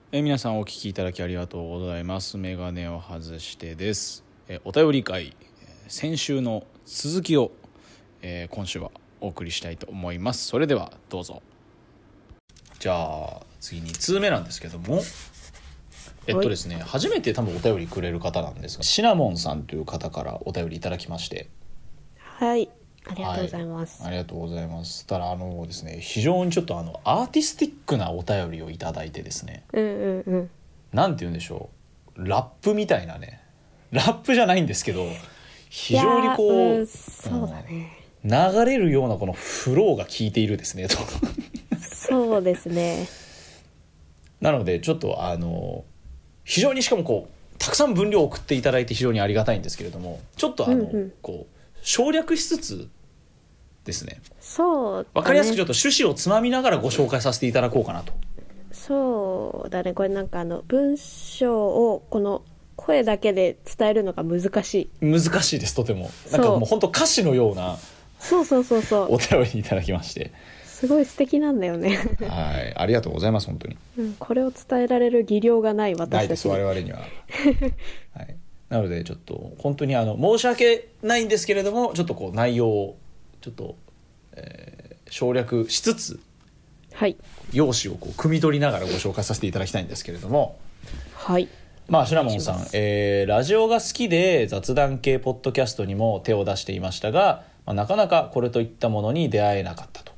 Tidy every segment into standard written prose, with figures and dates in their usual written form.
皆さんお聞きいただきありがとうございます。メガネを外してです。お便り会、先週の続きを、今週はお送りしたいと思います。それではどうぞ。じゃあ次2通目なんですけども、ですね、初めて多分お便りくれる方なんですが、シナモンさんという方からお便りいただきまして、 はい、ありがとうございます。 ありがとうございます。ただですね、非常にちょっとアーティスティックなお便りをいただいてですね、なんて言うんでしょう、ラップみたいなね、ラップじゃないんですけど、非常にこう、 そうだね、 流れるようなこのフローが効いているですねとそうですね。 なのでちょっと非常にしかもこうたくさん分量を送っていただいて非常にありがたいんですけれども、ちょっとこう省略しつつですね、 そうだね、 分かりやすくちょっと趣旨をつまみながらご紹介させていただこうかなと。 そうだね、これなんか文章をこの声だけで伝えるのが難しいです。とてもなんかもう本当歌詞のようなそうお便りいただきまして、 すごい素敵なんだよねはい、ありがとうございます本当に、 これを伝えられる技量がない私たちないです、我々にははい、なのでちょっと本当に申し訳ないんですけれども、ちょっとこう内容をちょっと、省略しつつ、 はい、 用紙をこう汲み取りながらご紹介させていただきたいんですけれども、 はい、 シナモンさん、ラジオが好きで雑談系ポッドキャストにも手を出していましたが、なかなかこれといったものに出会えなかったと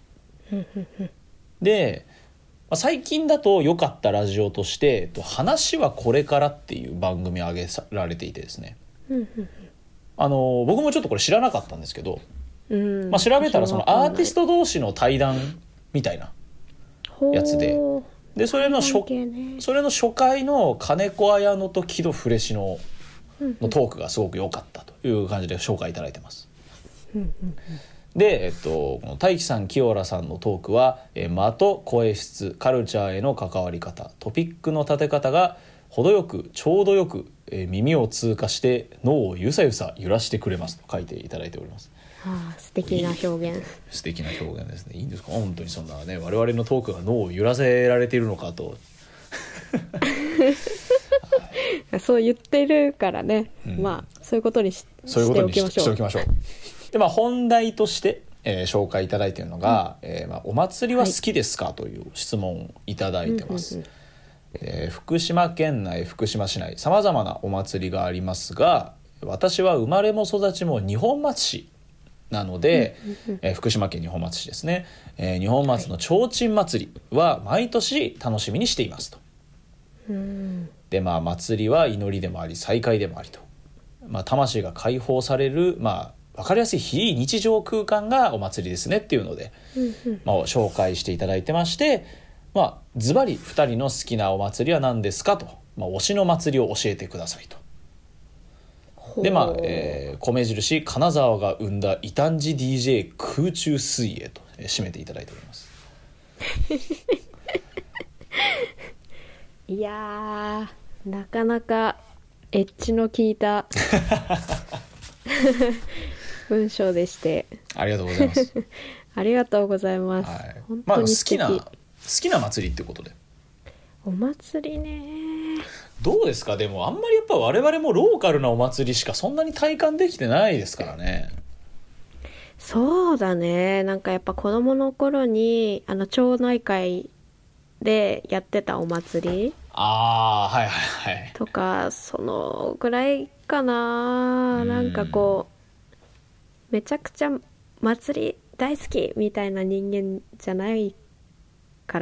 で、最近だと良かったラジオとして話はこれからっていう番組を挙げられていてですね、僕もちょっとこれ知らなかったんですけど、調べたらそのアーティスト同士の対談みたいなやつで、それの初回の金子綾乃と木戸フレシノのトークがすごく良かったという感じで紹介いただいてます。で、この大樹さん清良さんのトークは、間と声質、カルチャーへの関わり方、トピックの立て方が程よくちょうどよく、耳を通過して脳をゆさゆさ揺らしてくれますと書いていただいております。 素敵な表現。 素敵な表現ですね。いいんですか本当にそんなね、我々のトークが脳を揺らせられているのかとそう言ってるからね、そういうことにしておきましょう。 で、本題として、紹介いただいているのが、お祭りは好きですか、という質問をいただいてます。福島県内、福島市内さまざまなお祭りがありますが、私は生まれも育ちも二本松市なので、福島県二本松市ですね、二本松の提灯祭りは毎年楽しみにしていますと。で、祭りは祈りでもあり再会でもありと、魂が解放される、分かりやすい非日常空間がお祭りですねっていうので、紹介していただいてまして、ズバリ2人の好きなお祭りは何ですかと、推しの祭りを教えてくださいと。で、米印金沢が生んだ異端児 DJ 空中水泳と締めていただいておりますいやー、なかなかエッジの効いた文章でしてありがとうございますありがとうございます、本当に素敵。 好きな祭りってことで、 お祭りね、 どうですか。でもあんまりやっぱ我々もローカルなお祭りしかそんなに体感できてないですからね。 そうだね、なんかやっぱ子供の頃に町内会でやってたお祭りとか、そのぐらいかな。なんかこうめちゃくちゃ祭り大好きみたいな人間じゃないから、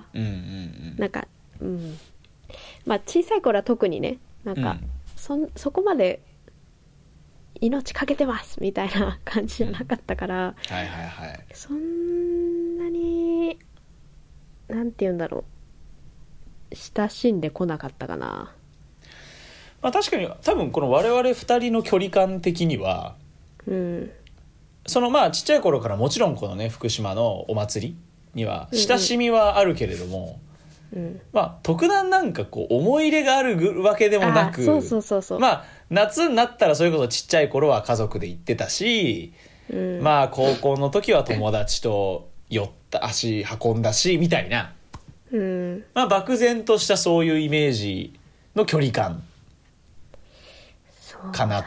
なんか、小さい頃は特にね、なんか、そこまで命かけてますみたいな感じじゃなかったから、そんなになんて言うんだろう、親しんでこなかったかな。 確かに多分この我々2人の距離感的には、そのちっちゃい頃からもちろんこのね福島のお祭りには親しみはあるけれども、特段なんかこう思い入れがあるわけでもなく、夏になったらそれこそちっちゃい頃は家族で行ってたし、高校の時は友達と足運んだしみたいなうん、 まあ、漠然としたそういうイメージの距離感かなと。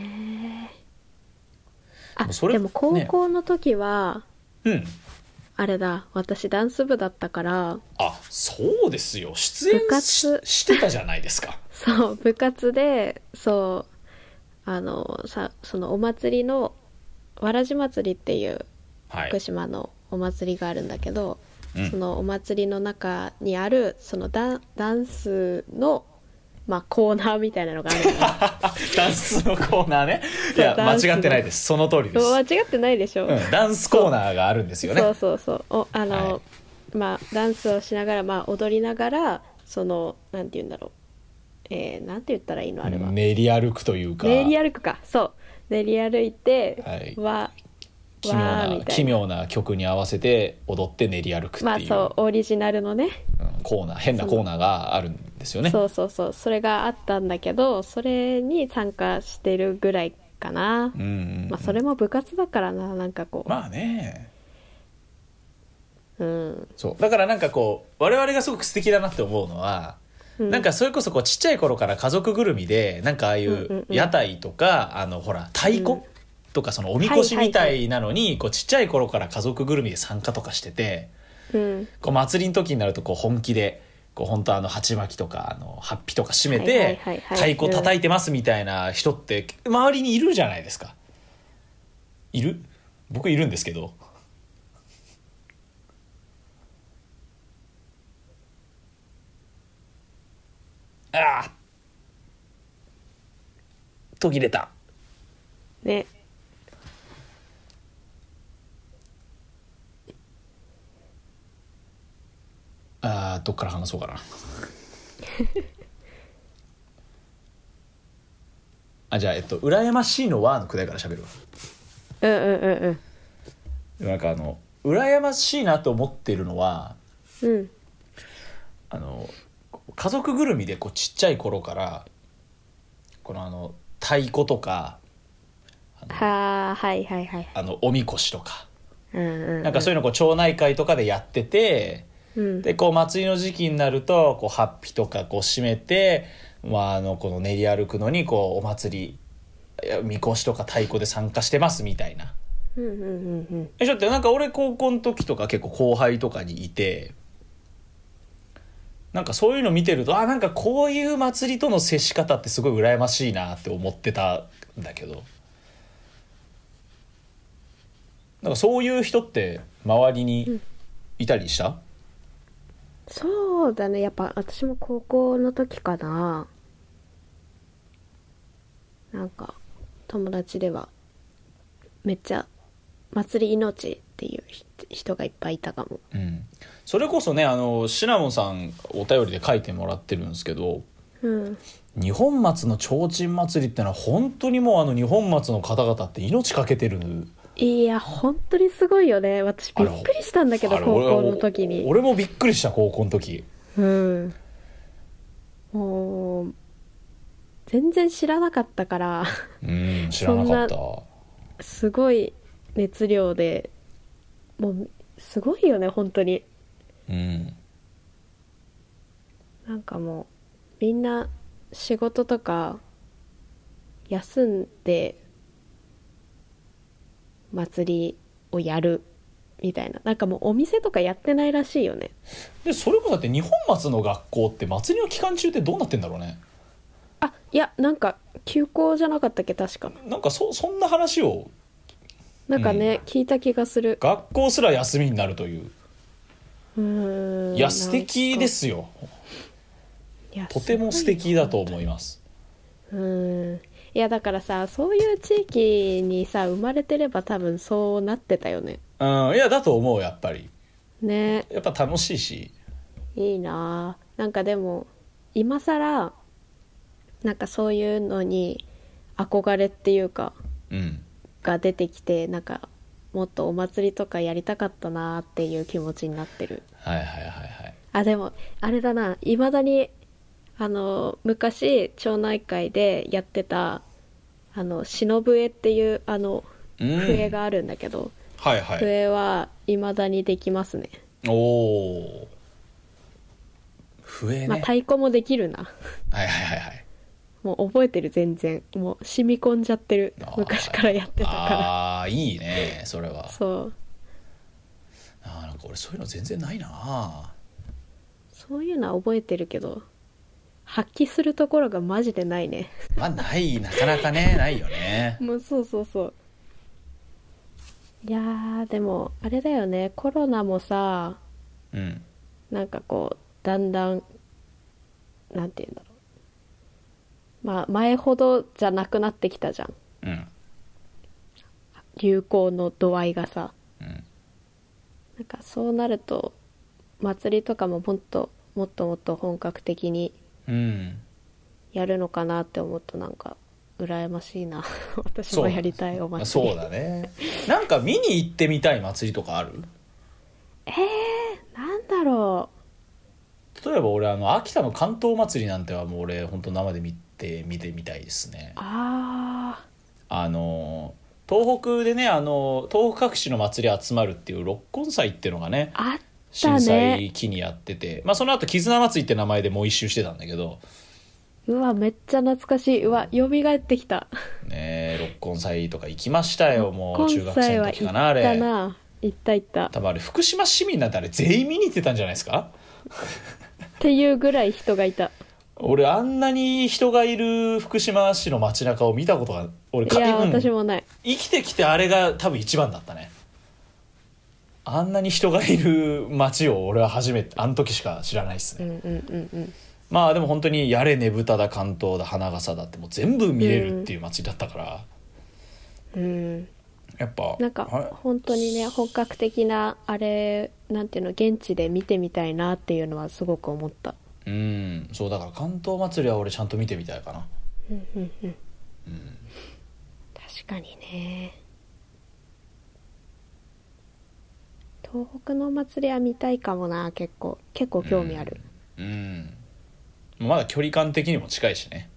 でも高校の時は、 ね、うん、 あれだ、私ダンス部だったから。 あ、そうですよ、出演してたじゃないですか。 そう、部活で、そうそのお祭りのわらじ祭りっていう福島のお祭りがあるんだけど、はい、そのお祭りの中にあるそのダンスの、まあ、コーナーみたいなのがあるのダンスのコーナーね。いや間違ってないです、その通りです。 間違ってないでしょ、うん、 ダンスコーナーがあるんですよね。 そうはい、まあ、ダンスをしながら、まあ、踊りながらそのなんて言うんだろう、なんて言ったらいいのあれは、 練り歩くというか、 練り歩くか、そう練り歩いて、 はい、奇妙な曲に合わせて踊って練り歩くっていう、 まあそうオリジナルのね、 コーナー、変なコーナーがあるんですよね。 そうそれがあったんだけど、それに参加してるぐらいかな、まあ、それも部活だからな、なんかこうまあね、 うん、 そうだからなんかこう我々がすごく素敵だなって思うのは、なんかそれこそこうちっちゃい頃から家族ぐるみでなんかああいう屋台とか、ほら太鼓とかそのおみこしみたいなのにこうちっちゃい頃から家族ぐるみで参加とかしてて、こう祭りの時になるとこう本気でこう本当鉢巻きとかハッピとか締めて太鼓叩いてますみたいな人って周りにいるじゃないですか。いる？僕いるんですけど。ああ途切れたね。 どっから話そうかなじゃあ羨ましいのはのくらいから喋るわ。なんか羨ましいなと思ってるのは、家族ぐるみでこうちっちゃい頃からこの太鼓とかおみこしとか、なんかそういうのこう町内会とかでやってて、でこう祭りの時期になるとこうハッピとかこう締めて、まあ、この練り歩くのにこうお祭りみこしとか太鼓で参加してますみたいな。ちょっとなんか俺高校の時とか結構後輩とかにいて、なんかそういうの見てるとなんかこういう祭りとの接し方ってすごい羨ましいなって思ってたんだけど、なんかそういう人って周りにいたりした？ そうだね、やっぱ私も高校の時かな。なんか友達ではめっちゃ祭り命っていう人がいっぱいいたかも。 それこそねシナモンさんお便りで書いてもらってるんですけど、二本松の提灯祭りってのは本当にもう二本松の方々って命かけてる。 いや本当にすごいよね。私びっくりしたんだけど高校の時に。 俺もびっくりした高校の時。 もう全然知らなかったから知らなかった。 すごい熱量で、もうすごいよね本当に。なんかもうみんな仕事とか休んで祭りをやるみたいな、なんかもうお店とかやってないらしいよね。 でそれこそだって二本松の学校って祭りの期間中ってどうなってんだろうね。 いやなんか休校じゃなかったっけ確か。 なんかそんな話をなんかね、聞いた気がする。 学校すら休みになるという。いや素敵ですよ。とても素敵だと思います。 いやだからさ、そういう地域にさ生まれてれば多分そうなってたよね。 いやだと思う。やっぱりね、 やっぱ楽しいしいいな。なんかでも今更なんかそういうのに憧れっていうか、が出てきて、なんかもっとお祭りとかやりたかったなっていう気持ちになってる。でもあれだな、いまだに昔町内会でやってた篠笛っていう笛があるんだけど、笛はいまだにできますね。 笛ね、 まあ太鼓もできるな。 はいはいはいはい。 もう覚えてる、全然もう染み込んじゃってる、昔からやってたから。 ああいいねそれは。 そうなんか俺そういうの全然ないな。 そういうのは覚えてるけど発揮するところがマジでないね。 まあないなかなかねないよね。 もうそうそうそう。いやーでもあれだよね、コロナもさ、 うん、 なんかこうだんだんなんて言うんだろう、まあ前ほどじゃなくなってきたじゃん、 うん、 流行の度合いがさ。 うん、 なんかそうなると祭りとかももっともっと本格的にうん、 やるのかなって思うとなんか羨ましいな。私もやりたいお祭り。 そうだね。なんか見に行ってみたい祭りとかある？ なんだろ例えば俺秋田の関東祭りなんてはもう俺本当生で見てみたいですね。 う。あ東北でね東北各地の祭り集まるっていう六根祭っていうのがねあった震ね。 災期にやってて、まあその後絆祭りって名前でもう一周してたんだけどうわめっちゃ懐かしい。うわ蘇ってきたね。六根祭とか行きましたよ。もう中学生の時かなあれ。 行ったな。行った多分あれ福島市民なんてあれ全員見に行ってたんじゃないですかっていうぐらい人がいた。 俺あんなに人がいる福島市の街中を見たことが俺いや私もない。 生きてきてあれが多分一番だったね。あんなに人がいる街を俺は初めてあの時しか知らないっすね。まあでも本当にやれねぶただ関東だ花笠だってもう全部見れるっていう街だったから、やっぱなんか本当にね本格的なあれなんていうの現地で見てみたいなっていうのはすごく思った。 そうだから関東祭りは俺ちゃんと見てみたいかな。 確かにね。東北のお祭りは見たいかもな。結構興味ある。 まだ距離感的にも近いしね。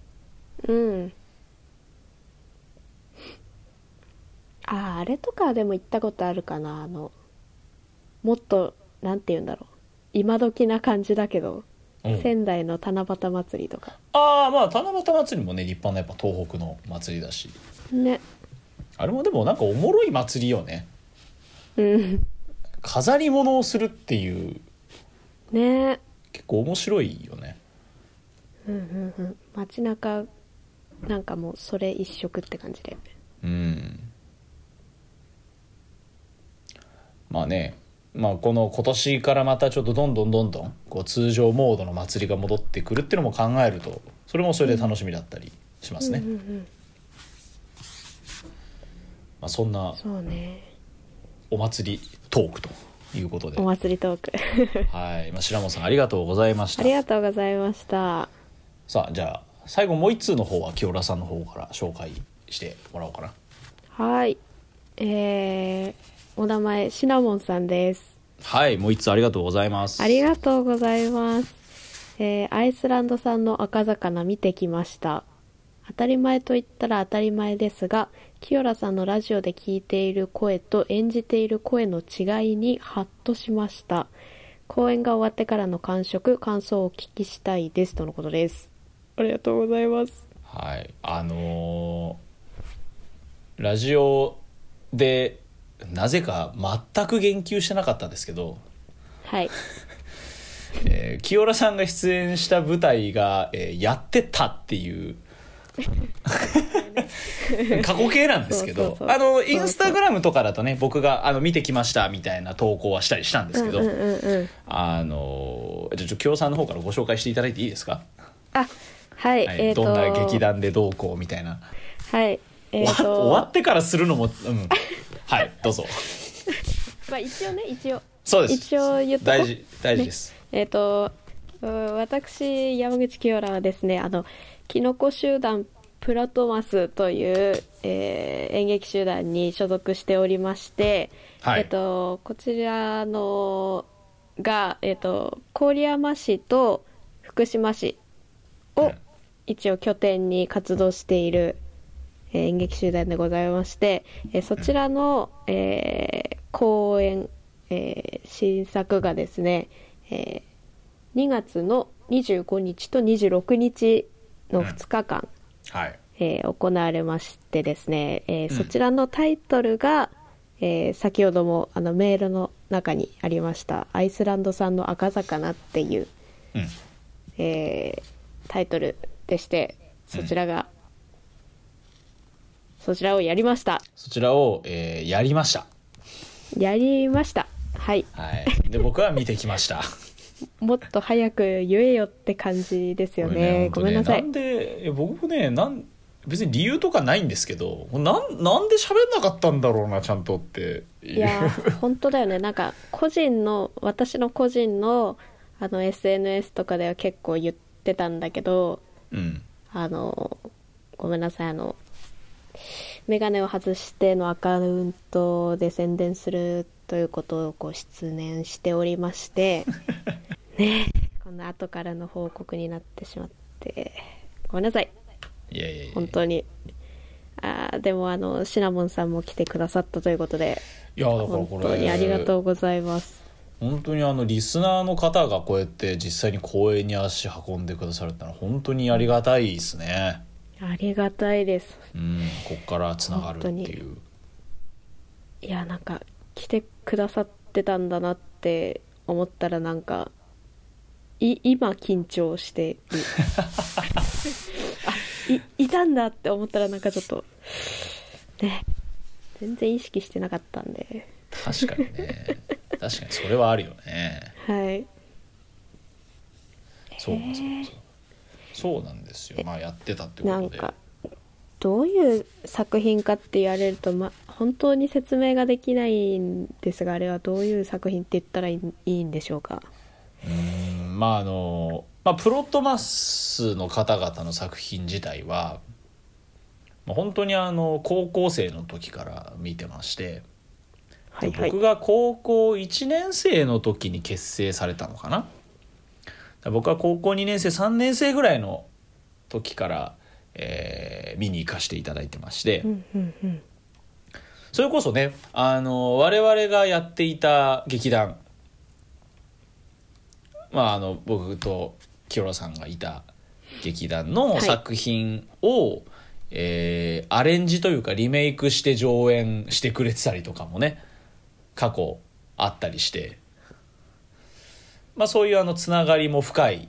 あれとかでも行ったことあるかな。もっとなんて言うんだろう、今時な感じだけど、仙台の七夕祭りとか。 まあ七夕祭りもね立派なやっぱ東北の祭りだしね。 あれもでもなんかおもろい祭りよね。飾り物をするっていうね。 結構面白いよね。 街中なんかもうそれ一色って感じで。 まあね、まあこの今年からまたちょっとどんどんこう通常モードの祭りが戻ってくるっていうのも考えるとそれもそれで楽しみだったりしますね。まあそんなお祭りトークということで、 お祭りトークはい、白本さんありがとうございました。 ありがとうございました。 さあじゃあ最後もう一通の方は清良さんの方から紹介してもらおうかな。 はい、お名前シナモンさんです。 はい、もう一通ありがとうございます。 ありがとうございます。アイスランド産の赤魚見てきました。当たり前と言ったら当たり前ですが、清良さんのラジオで聞いている声と演じている声の違いにハッとしました。公演が終わってからの感想をお聞きしたいですとのことです。ありがとうございます。 はい、ラジオでなぜか全く言及してなかったんですけど、 はい清良さんが出演した舞台が、やってたっていう過去形なんですけど、インスタグラムとかだとね僕が見てきましたみたいな投稿はしたりしたんですけど、じゃ清良さんの方からご紹介していただいていいですか？ はい、 どんな劇団でどうこうみたいな。 はい、 終わってからするのも、はいどうぞ。 まあ一応そうです。 一応言っとこう。 大事です。 私山口清良はですね、キノコ集団プラトマスという、演劇集団に所属しておりまして、 はい、 こちらのが、郡山市と福島市を一応拠点に活動している、演劇集団でございまして、そちらの、公演、新作がですね、 2月の25日と26日の2日間、 はい、 行われましてですね、そちらのタイトルが、先ほどもメールの中にありましたアイスランド産の赤魚っていう、タイトルでして、そちらをやりました。 そちらを、やりました。 はい、 はい、で僕は見てきましたもっと早く言えよって感じですよね。ごめんなさい。 なんで僕ね、別に理由とかないんですけど、なんで喋んなかったんだろうなちゃんとっていや本当だよね。なんか私の個人のSNS とかでは結構言ってたんだけど、ごめんなさい、メガネを外してのアカウントで宣伝するということを失念しておりましてね、こんな後からの報告になってしまってごめんなさい。 いや本当に。でもシナモンさんも来てくださったということで、 いやだからこれ本当にありがとうございます。 本当にリスナーの方がこうやって実際に公園に足運んでくださるってのは本当にありがたいですね。 ありがたいです。 こっからつながるっていう。 いやなんか来てくださってたんだなって思ったらなんか今緊張してるいたんだって思ったらなんかちょっとね、全然意識してなかったんで。 確かにね確かにそれはあるよね。 はい。 そうなんですよ。やってたってことで、 なんかどういう作品かって言われると、本当に説明ができないんですが、あれはどういう作品って言ったらいいんでしょうか。 プロトマスの方々の作品自体は本当に高校生の時から見てまして、僕が高校1年生の時に結成されたのかな。僕は高校2年生3年生ぐらいの時から、見に行かせていただいてまして、それこそね我々がやっていた劇団、僕と清良さんがいた劇団の作品を、アレンジというかリメイクして上演してくれてたりとかもね過去あったりして、そういうつながりも深い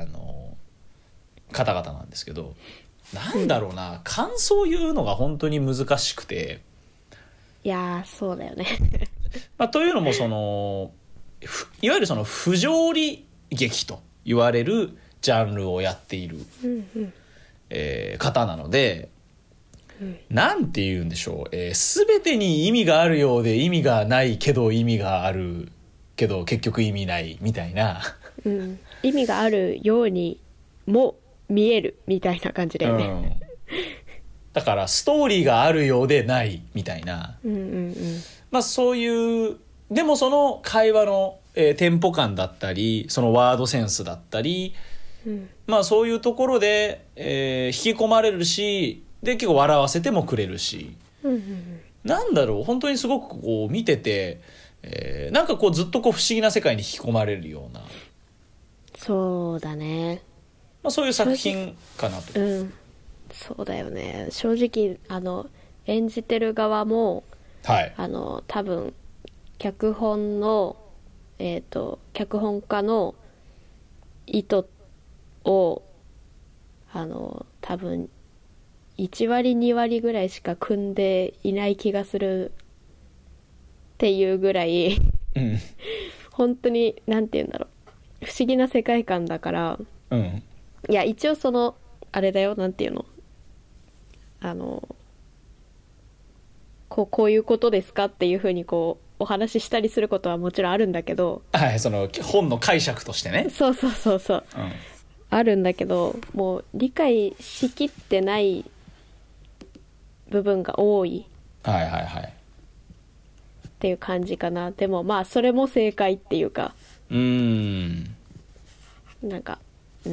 方々なんですけど、なんだろうな、感想を言うのが本当に難しくて。 いやそうだよねというのもいわゆる不条理劇と言われるジャンルをやっている、方なので、なんて言うんでしょう、全てに意味があるようで意味がないけど意味があるけど結局意味ないみたいな、 意味があるようにも見えるみたいな感じだよね、 だからストーリーがあるようでないみたいな、そういうでもその会話の、テンポ感だったりそのワードセンスだったり、そういうところで、引き込まれるし、で結構笑わせてもくれるし、なんだろう、本当にすごくこう見てて、なんかずっと不思議な世界に引き込まれるような、 そうだね、 そういう作品かなと。 そうだよね。正直演じてる側も、多分脚本の脚本家の意図を多分1割2割ぐらいしか組んでいない気がするっていうぐらい、本当になんて言うんだろう、不思議な世界観だから、いや一応あれだよ、なんていうの、こういうことですかっていうふうにお話ししたりすることはもちろんあるんだけど、 その本の解釈としてね、 そう、あるんだけど、もう理解しきってない部分が多いっていう感じかな。でもそれも正解っていうか、なんか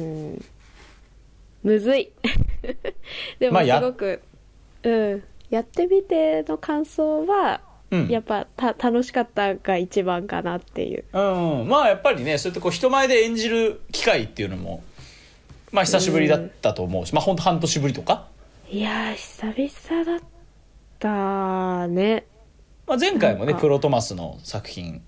むずいでもすごく、やってみての感想はやっぱ楽しかったが一番かなっていう、 まあやっぱりねそうやってこう人前で演じる機会っていうのもまあ久しぶりだったと思うし、まあほんと半年ぶりとか。 いや久々だったね。 まあ、前回もねプロトマスの作品、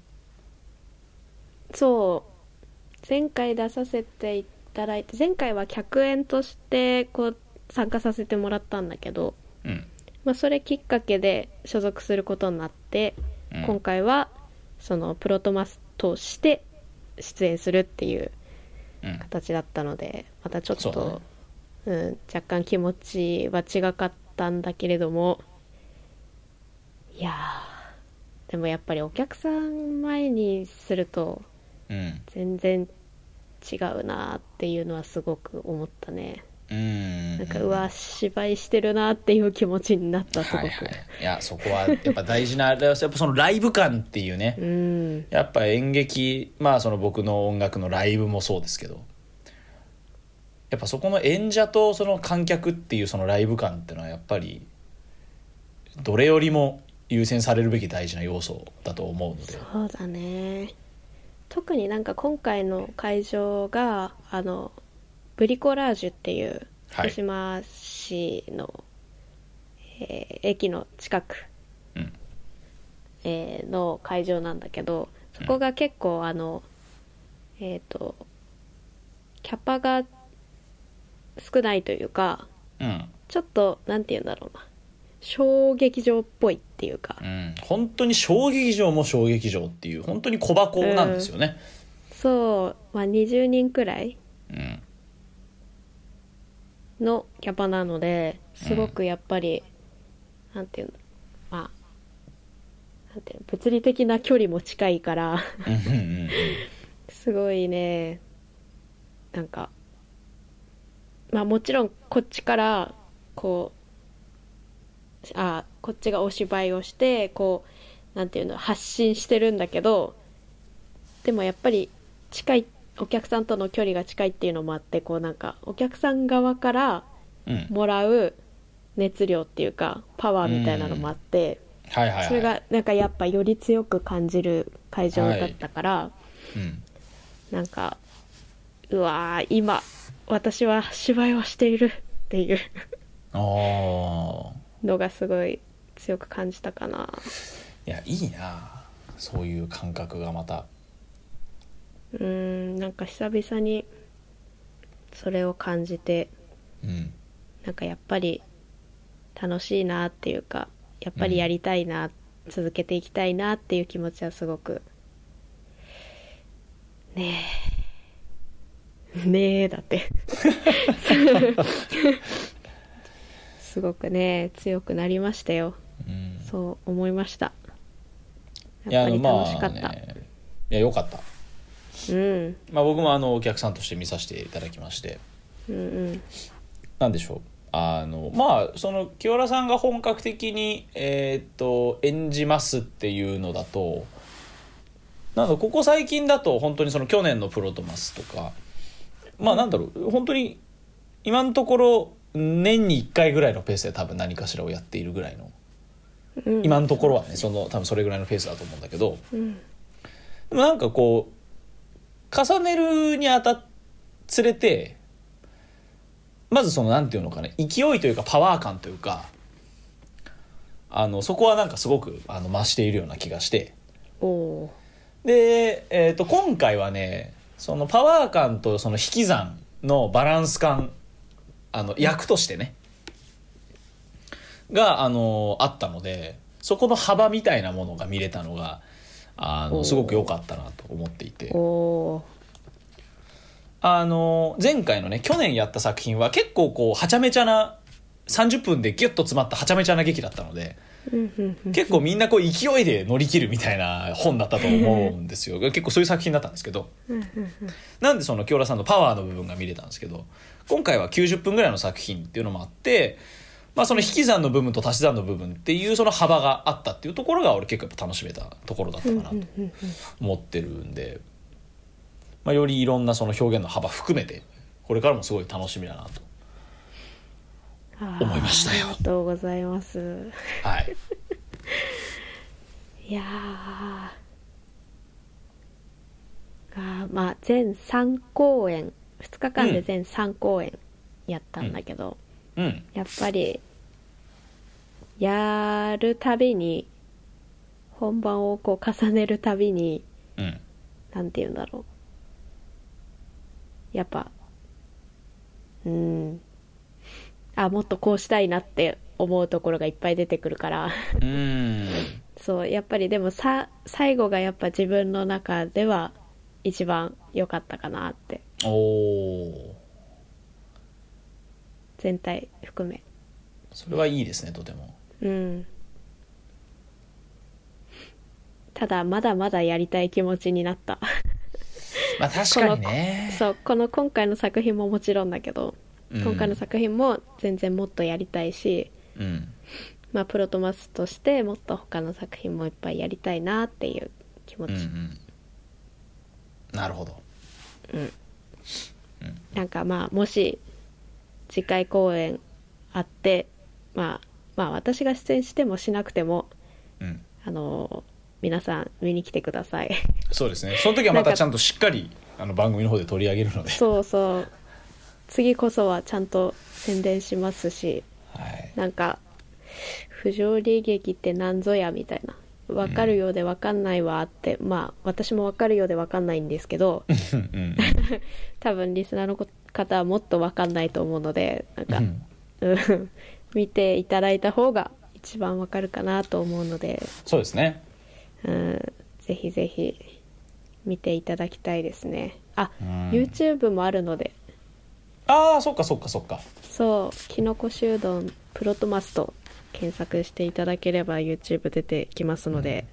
そう前回出させていただいて、前回は客演としてこう参加させてもらったんだけど、まあ、それきっかけで所属することになって、今回はそのプロトマスとして出演するっていう形だったので、またちょっと、若干気持ちは違かったんだけれども、いやでもやっぱりお客さん前にすると全然違うなっていうのはすごく思ったね。なんかうわ芝居してるなっていう気持ちになった。すごく、 いやそこはやっぱ大事なやっぱそのライブ感っていうね、やっぱ演劇、まあその僕の音楽のライブもそうですけど、やっぱそこの演者とその観客っていうそのライブ感っていうのはやっぱりどれよりも優先されるべき大事な要素だと思うので。 そうだね。特になんか今回の会場がブリコラージュっていう福島市の、駅の近く、の会場なんだけど、そこが結構キャパが少ないというか、ちょっとなんていうんだろうな、小劇場っぽいっていうか、 本当に小劇場も小劇場っていう本当に小箱なんですよね。 そう、まあ、20人くらいのキャパなので、すごくやっぱり、なんていうの、まあなんていうの、物理的な距離も近いからすごいね、なんかまあもちろんこっちからこっちがお芝居をしてこうなんていうの発信してるんだけど、でもやっぱり近い、お客さんとの距離が近いっていうのもあって、こうなんかお客さん側からもらう熱量っていうか、パワーみたいなのもあって、それがなんかやっぱより強く感じる会場だったから、なんかうわー今私は芝居をしているっていうのがすごい強く感じたかな。 いやいいなそういう感覚がまた。 なんか久々にそれを感じて、なんかやっぱり楽しいなっていうか、やっぱりやりたいな、続けていきたいなっていう気持ちはすごくねえだってすごくね強くなりましたよ、そう思いました。やっぱり楽しかった。いやよかった。まあ、僕もお客さんとして見させていただきまして、なんでしょう、まあその清原さんが本格的に、演じますっていうのだと、なんだここ最近だと本当にその去年のプロトマスとか、まあなんだろう、本当に今のところ年に1回ぐらいのペースで多分何かしらをやっているぐらいの、今のところはね多分それぐらいのペースだと思うんだけど、でもなんかこう重ねるにあたっつれて、まずそのなんていうのかね、勢いというかパワー感というか、そこはなんかすごく増しているような気がして、で、今回はねそのパワー感とその引き算のバランス感、役としてねがあったので、そこの幅みたいなものが見れたのがすごく良かったなと思っていて、前回のね去年やった作品は結構こうはちゃめちゃな30分でギュッと詰まったはちゃめちゃな劇だったので、結構みんなこう勢いで乗り切るみたいな本だったと思うんですよ結構そういう作品だったんですけど、なんでその清原さんのパワーの部分が見れたんですけど、今回は90分ぐらいの作品っていうのもあって、まあ、その引き算の部分と足し算の部分っていうその幅があったっていうところが俺結構やっぱ楽しめたところだったかなと思ってるんで、まあ、よりいろんなその表現の幅含めてこれからもすごい楽しみだなと思いましたよ。 ありがとうございます。 はいいやまあ全3公演2日間で全3公演やったんだけど、やっぱりやるたびに本番をこう重ねるたびに、なんて言うんだろう、やっぱもっとこうしたいなって思うところがいっぱい出てくるからそうやっぱりでも最後がやっぱ自分の中では一番良かったかなって。全体含めそれはいいですね、とても。 ただまだまだやりたい気持ちになったまあ確かにね。 そう今回の作品ももちろんだけど、今回の作品も全然もっとやりたいし、まあプロトマスとしてもっと他の作品もいっぱいやりたいなっていう気持ち。 なるほど。 なんかまあもし次回公演あって、まあ私が出演してもしなくても、皆さん見に来てくださいそうですね。その時はまたちゃんとしっかり番組の方で取り上げるので。 そう次こそはちゃんと宣伝しますし、なんか不条理劇って何ぞやみたいな、分かるようで分かんないわって、まあ私も分かるようで分かんないんですけど多分リスナーの方はもっと分かんないと思うので、なんか、見ていただいた方が一番分かるかなと思うので、 そうですね。 ぜひぜひ見ていただきたいですね。YouTube もあるので。 そっか。 そうきのこ集団プロトマスと検索していただければ YouTube 出てきますので、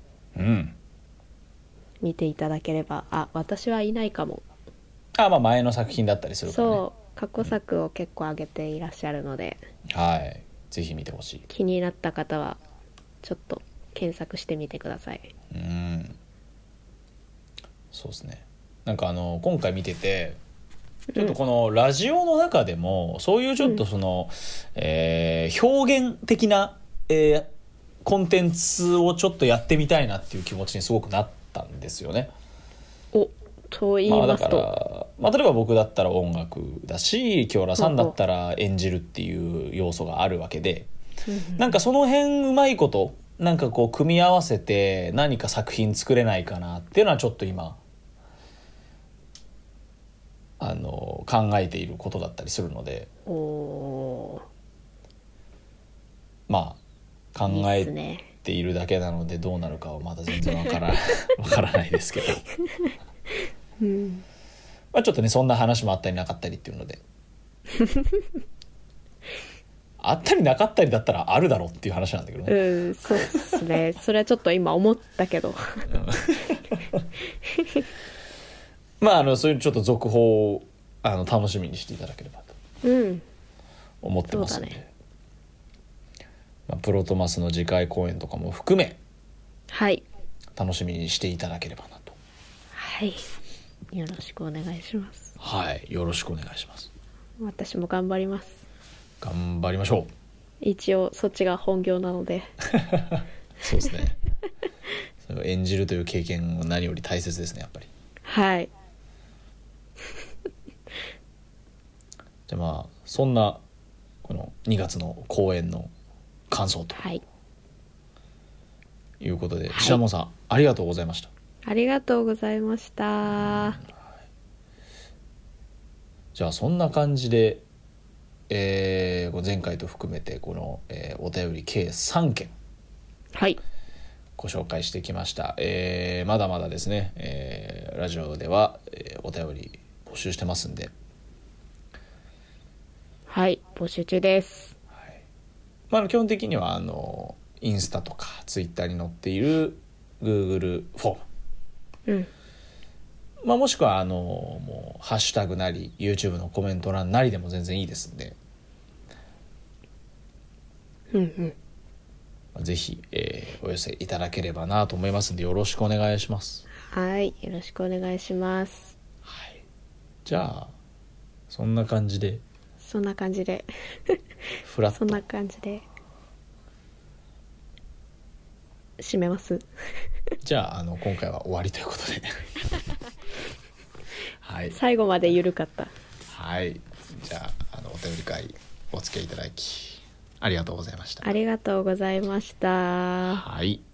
見ていただければ。私はいないかも。 まあ前の作品だったりするからね。 そう過去作を結構上げていらっしゃるので、 ぜひ見てほしい。 気になった方はちょっと検索してみてください。 そうですね。なんか今回見ててちょっとこのラジオの中でもそういうちょっとその、表現的な、コンテンツをちょっとやってみたいなっていう気持ちにすごくなったんですよね。 と言いますと、 だから、例えば僕だったら音楽だし、清原さんだったら演じるっていう要素があるわけで、なんかその辺うまいことなんかこう組み合わせて何か作品作れないかなっていうのはちょっと今考えていることだったりするので、まあ考えているだけなのでどうなるかはまだ全然わからないですけど、まあちょっとねそんな話もあったりなかったりっていうのであったりなかったりだったらあるだろうっていう話なんだけどね。 そうですね。それはちょっと今思ったけどまあそういうちょっと続報を楽しみにしていただければと思ってますので、プロトマスの次回公演とかも含め、楽しみにしていただければなと。 よろしくお願いします。 よろしくお願いします。 私も頑張ります。 頑張りましょう。 一応そっちが本業なのでそうですねそれを演じるという経験は何より大切ですね、やっぱり。じゃあまあそんなこの2月の公演の感想ということで、シナモンさんありがとうございました。 ありがとうございました。 じゃあそんな感じで、前回と含めてこの、お便り計3件ご紹介してきました。まだまだですね、ラジオでは、お便り募集してますんで。 募集中です。 基本的にはインスタとかツイッターに載っている Google フォーム、もしくはもうハッシュタグなり YouTube のコメント欄なりでも全然いいですんで、ぜひ、お寄せいただければなと思いますんでよろしくお願いします。 よろしくお願いします。 じゃあそんな感じでフラットそんな感じで締めますじゃあ、今回は終わりということではい、 最後まで緩かった。 はい、じゃあ、お便り会お付き合いいただきありがとうございました。 ありがとうございました。 はい。